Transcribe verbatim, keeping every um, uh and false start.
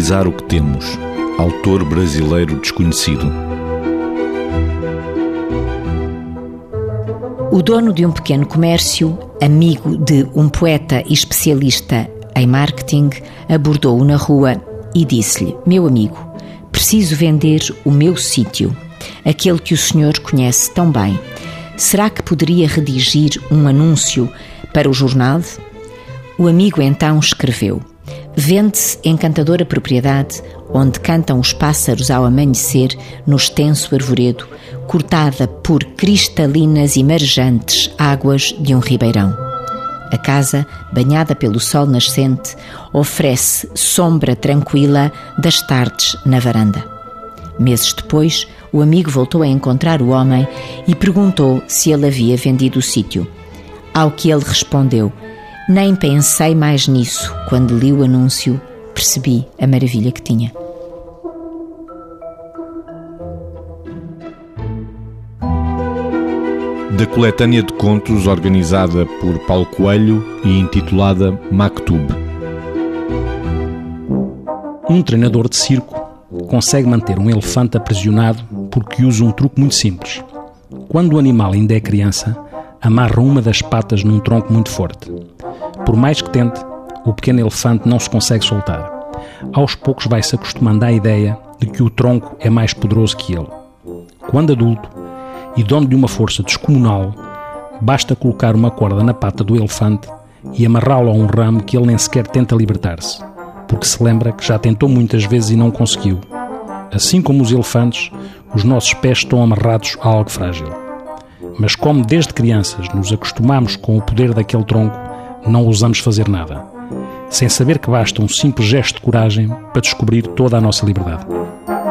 Valorizar o que temos. Autor brasileiro desconhecido. O dono de um pequeno comércio, amigo de um poeta e especialista em marketing, abordou-o na rua e disse-lhe: meu amigo, preciso vender o meu sítio, aquele que o senhor conhece tão bem. Será que poderia redigir um anúncio para o jornal? O amigo então escreveu: vende-se encantadora propriedade onde cantam os pássaros ao amanhecer no extenso arvoredo, cortada por cristalinas e marejantes águas de um ribeirão. A casa, banhada pelo sol nascente, oferece sombra tranquila das tardes na varanda. Meses depois, o amigo voltou a encontrar o homem e perguntou se ele havia vendido o sítio. Ao que ele respondeu: nem pensei mais nisso. Quando li o anúncio, percebi a maravilha que tinha. Da coletânea de contos organizada por Paulo Coelho e intitulada Maktub. Um treinador de circo consegue manter um elefante aprisionado porque usa um truque muito simples. Quando o animal ainda é criança, amarra uma das patas num tronco muito forte. Por mais que tente, o pequeno elefante não se consegue soltar. Aos poucos vai-se acostumando à ideia de que o tronco é mais poderoso que ele. Quando adulto e dono de uma força descomunal, basta colocar uma corda na pata do elefante e amarrá-lo a um ramo que ele nem sequer tenta libertar-se, porque se lembra que já tentou muitas vezes e não conseguiu. Assim como os elefantes, os nossos pés estão amarrados a algo frágil. Mas como desde crianças nos acostumamos com o poder daquele tronco, não ousamos fazer nada, sem saber que basta um simples gesto de coragem para descobrir toda a nossa liberdade.